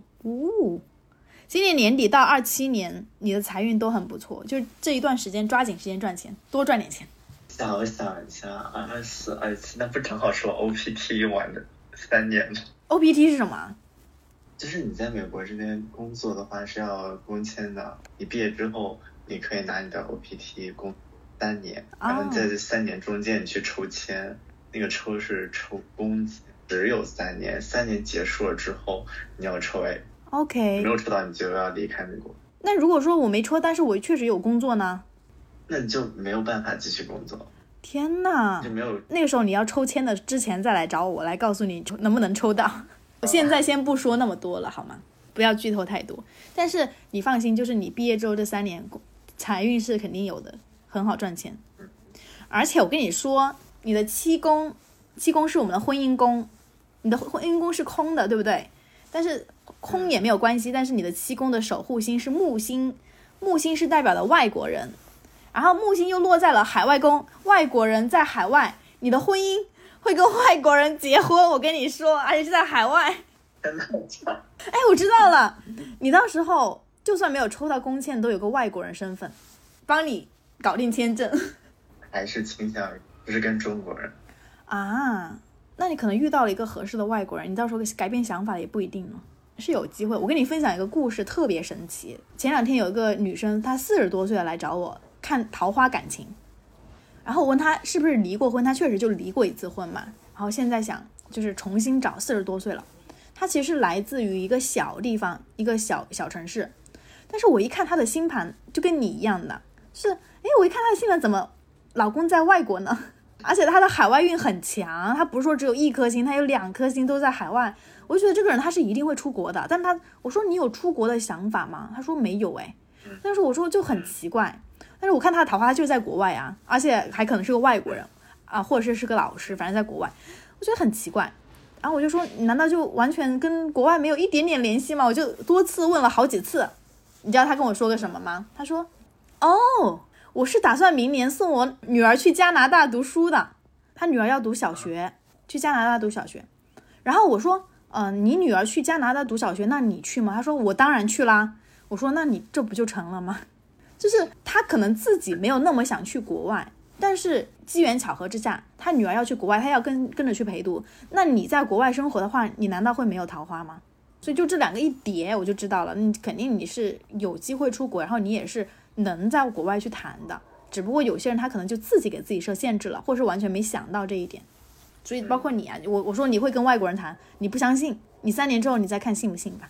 27年你的财运都很不错，就是这一段时间抓紧时间赚钱，多赚点钱。 我想一下，24、27，那不正好是我 OPT 用完的3年吗？ OPT 是什么？ 就是你在美国这边工作的话是要工签的，你毕业之后你可以拿你的 OPT 工3年，然后在这3年中间你去抽签，那个抽是抽工签，只有3年，3年结束了之后你要抽 OK， 没有抽到你就要离开美国。 那如果说我没抽，但是我确实有工作呢？ 那你就没有办法继续工作。 天哪， 就没有。 那个时候你要抽签的之前再来找我，来告诉你能不能抽到。我现在先不说那么多了好吗？不要剧透太多。但是你放心，就是你毕业之后这3年财运是肯定有的，很好赚钱。而且我跟你说，你的7宫是我们的婚姻宫，你的婚姻宫是空的，对不对？但是空也没有关系，但是你的7宫的守护星是木星，木星是代表的外国人，然后木星又落在了海外宫，外国人在海外，你的婚姻会跟外国人结婚，我跟你说，而且是在海外。我知道了，你到时候就算没有抽到工签，都有个外国人身份，帮你搞定签证。 还是倾向于不是跟中国人啊？那你可能遇到了一个合适的外国人，你到时候改变想法也不一定呢，是有机会。我跟你分享一个故事，特别神奇。前2天有一个女生，她40多岁了来找我看桃花感情，然后我问她是不是离过婚，她确实就离过1次婚嘛，然后现在想就是重新找，40多岁了。她其实是来自于一个小地方，一个小城市，但是我一看她的星盘就跟你一样的，是我一看她的星盘怎么老公在外国呢？ 而且他的海外运很强，他不是说只有1颗星，他有2颗星都在海外。我就觉得这个人他是一定会出国的，但我说你有出国的想法吗？他说没有哎。但是我说就很奇怪，但是我看他的桃花他就是在国外啊，而且还可能是个外国人啊，或者是个老师，反正在国外，我觉得很奇怪。然后我就说你难道就完全跟国外没有一点点联系吗？我就多次问了好几次。你知道他跟我说个什么吗？他说哦，我是打算明年送我女儿去加拿大读书的，他女儿要读小学，去加拿大读小学。然后我说你女儿去加拿大读小学，那你去吗？他说我当然去啦。我说那你这不就成了吗？就是他可能自己没有那么想去国外，但是机缘巧合之下，他女儿要去国外，他要跟着去陪读。那你在国外生活的话，你难道会没有桃花吗？所以就这2个一叠，我就知道了，肯定你是有机会出国，然后你也是能在国外去谈的。只不过有些人他可能就自己给自己设限制了，或是完全没想到这一点。所以包括你啊，我说你会跟外国人谈，你不相信，你3年之后你再看信不信吧。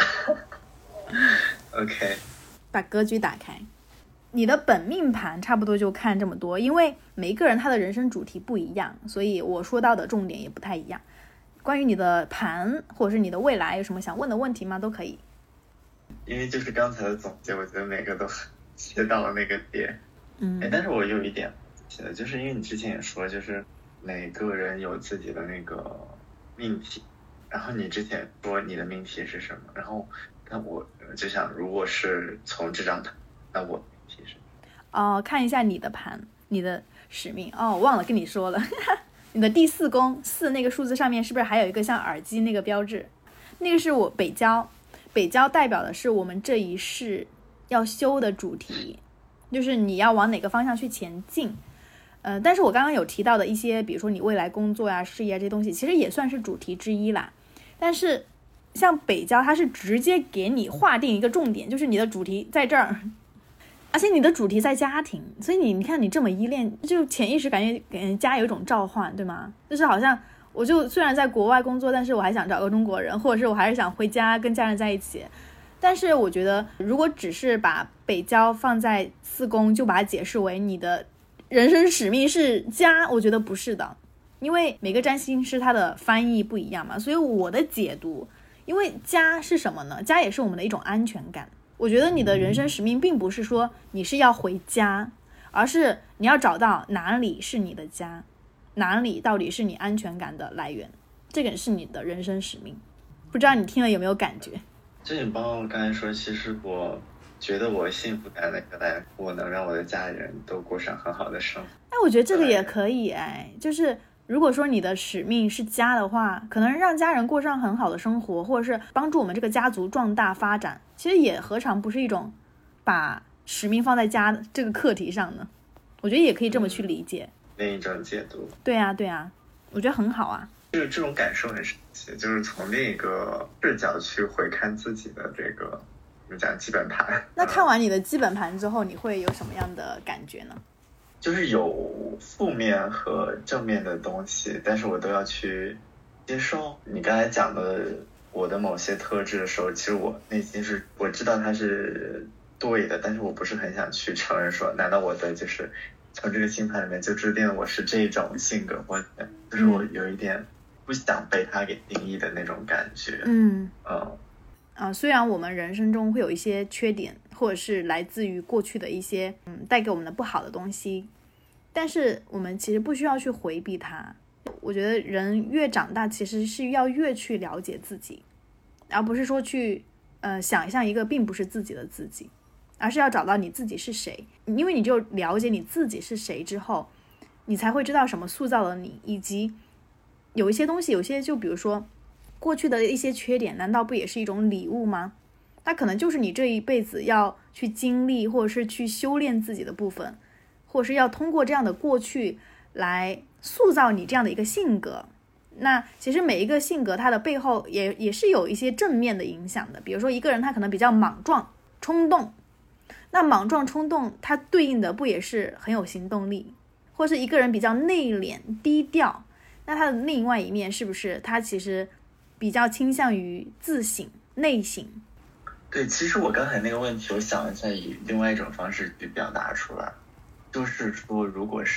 OK， 把格局打开。你的本命盘差不多就看这么多，因为每一个人他的人生主题不一样，所以我说到的重点也不太一样。关于你的盘或者是你的未来有什么想问的问题吗？都可以。 因为就是刚才的总结，我觉得每个都切到了那个点。但是我有一点就是因为你之前也说，就是每个人有自己的那个命题，然后你之前说你的命题是什么，然后那我就想，如果是从这张盘，那我命题是看一下你的盘，你的使命我忘了跟你说了。你的第4宫4那个数字上面是不是还有一个像耳机那个标志？那个是我北交代表的是我们这一世要修的主题，就是你要往哪个方向去前进。但是我刚刚有提到的一些，比如说你未来工作呀、事业这些东西，其实也算是主题之一啦。但是像北交，它是直接给你划定一个重点，就是你的主题在这儿，而且你的主题在家庭，所以你看你这么依恋，就潜意识感觉给人家有一种召唤，对吗？就是好像我就虽然在国外工作，但是我还想找个中国人，或者是我还是想回家跟家人在一起。但是我觉得如果只是把北交放在4宫就把它解释为你的人生使命是家，我觉得不是的，因为每个占星师他的翻译不一样嘛。所以我的解读，因为家是什么呢？家也是我们的一种安全感。我觉得你的人生使命并不是说你是要回家，而是你要找到哪里是你的家，哪里到底是你安全感的来源，这个是你的人生使命。不知道你听了有没有感觉？ 就你包括我刚才说，其实我觉得我幸福感的可能我能让我的家人都过上很好的生活。 我觉得这个也可以就是如果说你的使命是家的话，可能让家人过上很好的生活，或者是帮助我们这个家族壮大发展，其实也何尝不是一种把使命放在家这个课题上呢？我觉得也可以这么去理解， 另一种解读。 对啊，我觉得很好啊。 这种感受很神奇，就是从另一个视角去回看自己的这个我们讲基本盘。 那看完你的基本盘之后，你会有什么样的感觉呢？ 就是有负面和正面的东西，但是我都要去接受。你刚才讲的我的某些特质的时候，其实我内心是我知道它是对的，但是我不是很想去承认说，难道我的就是从这个星盘里面就制定我是这种性格，或者就是我有一点不想被它给定义的那种感觉。 虽然我们人生中会有一些缺点，或者是来自于过去的一些带给我们的不好的东西，但是我们其实不需要去回避它。我觉得人越长大其实是要越去了解自己，而不是说去想象一个并不是自己的自己，而是要找到你自己是谁。因为你就了解你自己是谁之后，你才会知道什么塑造了你，以及有一些东西，有些就比如说过去的一些缺点，难道不也是一种礼物吗？它可能就是你这一辈子要去经历，或者是去修炼自己的部分，或者是要通过这样的过去来塑造你这样的一个性格。那其实每一个性格它的背后也是有一些正面的影响的。比如说一个人他可能比较莽撞冲动，那莽撞冲动它对应的不也是很有行动力？或是一个人比较内敛低调，那他的另外一面是不是他其实比较倾向于自省内省？ 对，其实我刚才那个问题我想了一下，以另外一种方式去表达出来，就是说如果是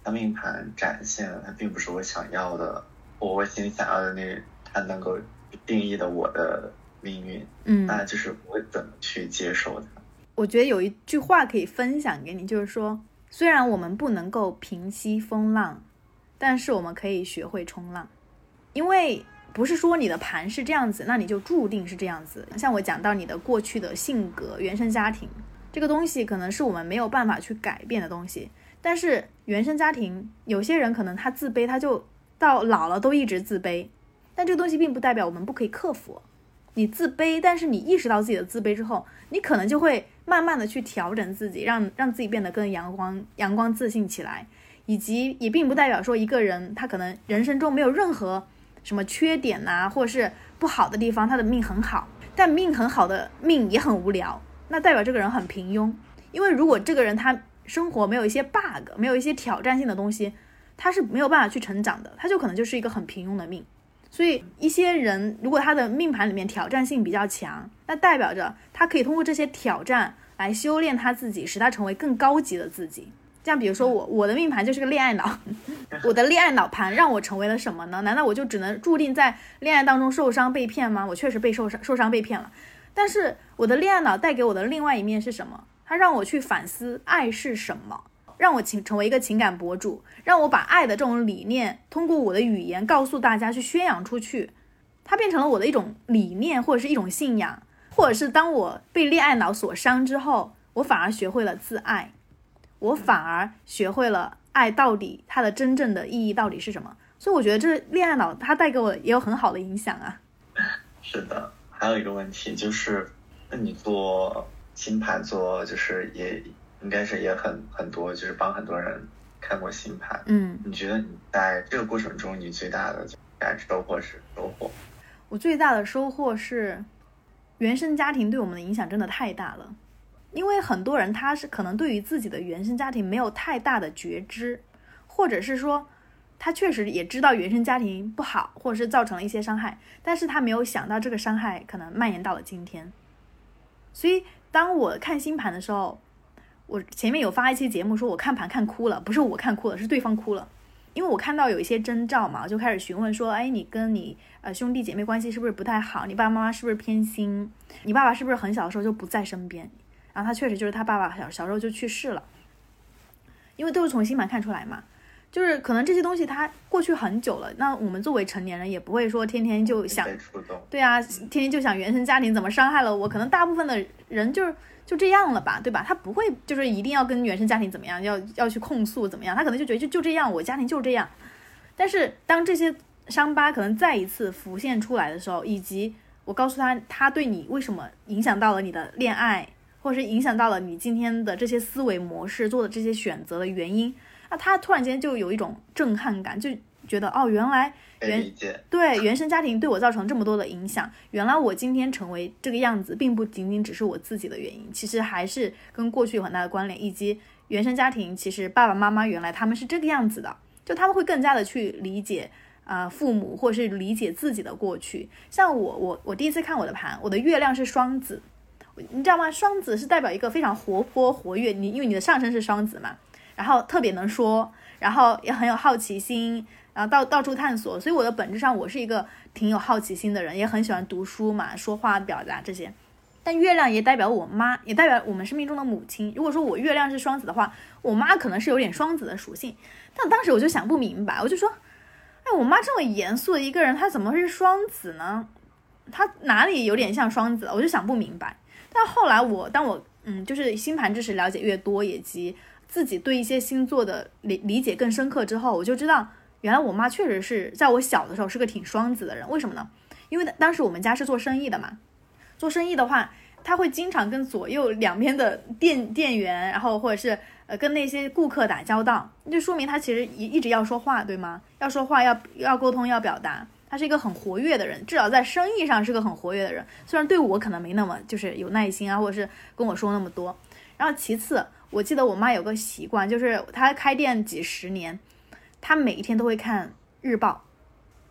他命盘展现了他并不是我想要的，我心里想要的那他能够定义的我的命运，那就是我会怎么去接受它。 我觉得有一句话可以分享给你，就是说，虽然我们不能够平息风浪，但是我们可以学会冲浪。因为不是说你的盘是这样子，那你就注定是这样子。像我讲到你的过去的性格、原生家庭，这个东西可能是我们没有办法去改变的东西。但是原生家庭，有些人可能他自卑，他就到老了都一直自卑，但这个东西并不代表我们不可以克服。你自卑，但是你意识到自己的自卑之后，你可能就会慢慢的去调整自己，让自己变得更阳光自信起来。以及也并不代表说一个人他可能人生中没有任何什么缺点啊，或者是不好的地方，他的命很好，但命很好的命也很无聊，那代表这个人很平庸。因为如果这个人他生活没有一些 bug， 没有一些挑战性的东西，他是没有办法去成长的，他就可能就是一个很平庸的命。所以一些人如果他的命盘里面挑战性比较强，那代表着他可以通过这些挑战来修炼他自己，使他成为更高级的自己。像比如说我的命盘就是个恋爱脑，我的恋爱脑盘让我成为了什么呢？难道我就只能注定在恋爱当中受伤被骗吗？我确实受伤被骗了，但是我的恋爱脑带给我的另外一面是什么？它让我去反思爱是什么，让我成为一个情感博主，让我把爱的这种理念通过我的语言告诉大家，去宣扬出去。它变成了我的一种理念，或者是一种信仰。或者是当我被恋爱脑所伤之后，我反而学会了自爱，我反而学会了爱到底它的真正的意义到底是什么。所以我觉得这恋爱脑它带给我也有很好的影响啊。 是的，还有一个问题就是，那你做星盘做就是也应该是也很多，就是帮很多人看过星盘。你觉得你在这个过程中你最大的感受或是收获？ 我最大的收获是原生家庭对我们的影响真的太大了。因为很多人他是可能对于自己的原生家庭没有太大的觉知，或者是说他确实也知道原生家庭不好，或者是造成了一些伤害，但是他没有想到这个伤害可能蔓延到了今天。所以当我看星盘的时候，我前面有发一期节目说我看盘看哭了，不是我看哭了，是对方哭了。因为我看到有一些征兆嘛，我就开始询问说，哎，你跟你兄弟姐妹关系是不是不太好？你爸爸妈妈是不是偏心？你爸爸是不是很小的时候就不在身边？然后他确实就是他爸爸小时候就去世了，因为都是从星盘看出来嘛，就是可能这些东西他过去很久了，那我们作为成年人也不会说天天就想，对啊，天天就想原生家庭怎么伤害了我，可能大部分的人就这样了吧，对吧？他不会就是一定要跟原生家庭怎么样，要去控诉怎么样，他可能就觉得就这样，我家庭就这样。但是当这些伤疤可能再一次浮现出来的时候，以及我告诉他对你为什么影响到了你的恋爱，或者是影响到了你今天的这些思维模式，做的这些选择的原因，那他突然间就有一种震撼感，就觉得哦，原来原生家庭对我造成这么多的影响，原来我今天成为这个样子并不仅仅只是我自己的原因，其实还是跟过去有很大的关联，以及原生家庭其实爸爸妈妈原来他们是这个样子的，就他们会更加的去理解父母，或是理解自己的过去。像我第一次看我的盘，我的月亮是双子，你知道吗？双子是代表一个非常活泼活跃，因为你的上升是双子嘛，然后特别能说，然后也很有好奇心，然后到处探索。所以我的本质上我是一个挺有好奇心的人，也很喜欢读书嘛，说话表达这些。但月亮也代表我妈，也代表我们生命中的母亲。如果说我月亮是双子的话，我妈可能是有点双子的属性。但当时我就想不明白，我就说，哎，我妈这么严肃的一个人，她怎么会是双子呢？她哪里有点像双子？我就想不明白。但后来当我就是星盘知识了解越多，以及自己对一些星座的理解更深刻之后，我就知道原来我妈确实是在我小的时候是个挺双子的人。为什么呢？因为当时我们家是做生意的嘛，做生意的话他会经常跟左右两边的店员，然后或者是跟那些顾客打交道，就说明他其实一直要说话，对吗？要说话，要沟通，要表达。他是一个很活跃的人，至少在生意上是个很活跃的人，虽然对我可能没那么就是有耐心啊，或者是跟我说那么多。然后其次，我记得我妈有个习惯，就是她开店几十年，她每一天都会看日报。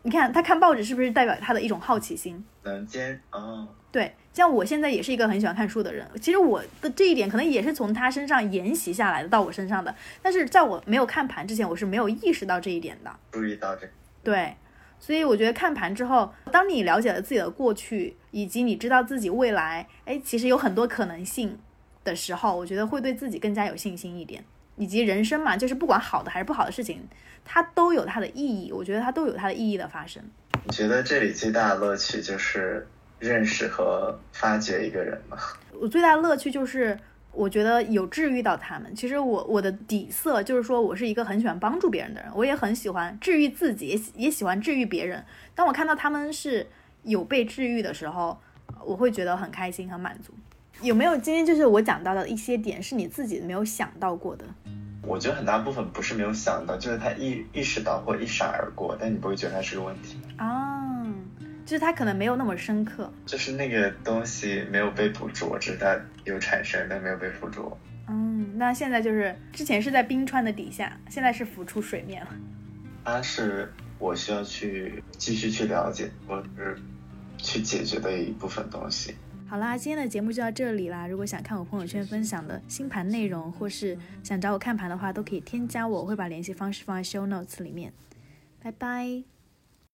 你看他看报纸是不是代表他的一种好奇心？对，像我现在也是一个很喜欢看书的人，其实我的这一点可能也是从他身上沿袭下来的到我身上的，但是在我没有看盘之前，我是没有意识到这一点的。 注意到这个。 对，所以我觉得看盘之后，当你了解了自己的过去，以及你知道自己未来，其实有很多可能性的时候，我觉得会对自己更加有信心一点。以及人生嘛，就是不管好的还是不好的事情，它都有它的意义，我觉得它都有它的意义的发生。 你觉得这里最大的乐趣就是认识和发掘一个人吗？ 我最大的乐趣就是我觉得有治愈到他们。其实我的底色就是说我是一个很喜欢帮助别人的人，我也很喜欢治愈自己，也喜欢治愈别人。当我看到他们是有被治愈的时候，我会觉得很开心很满足。有没有今天就是我讲到的一些点是你自己没有想到过的？ 我觉得很大部分不是没有想到，就是他意识到或一闪而过，但你不会觉得它是个问题啊，就是他可能没有那么深刻， 就是那个东西没有被捕捉，只是它有产生但没有被捕捉。 那现在就是之前是在冰川的底下，现在是浮出水面了。 它是我需要去继续去了解或者是去解决的一部分东西。 好啦，今天的节目就到这里啦。如果想看我朋友圈分享的星盘内容，或是想找我看盘的话，都可以添加我，我会把联系方式放在 show notes 里面。拜拜。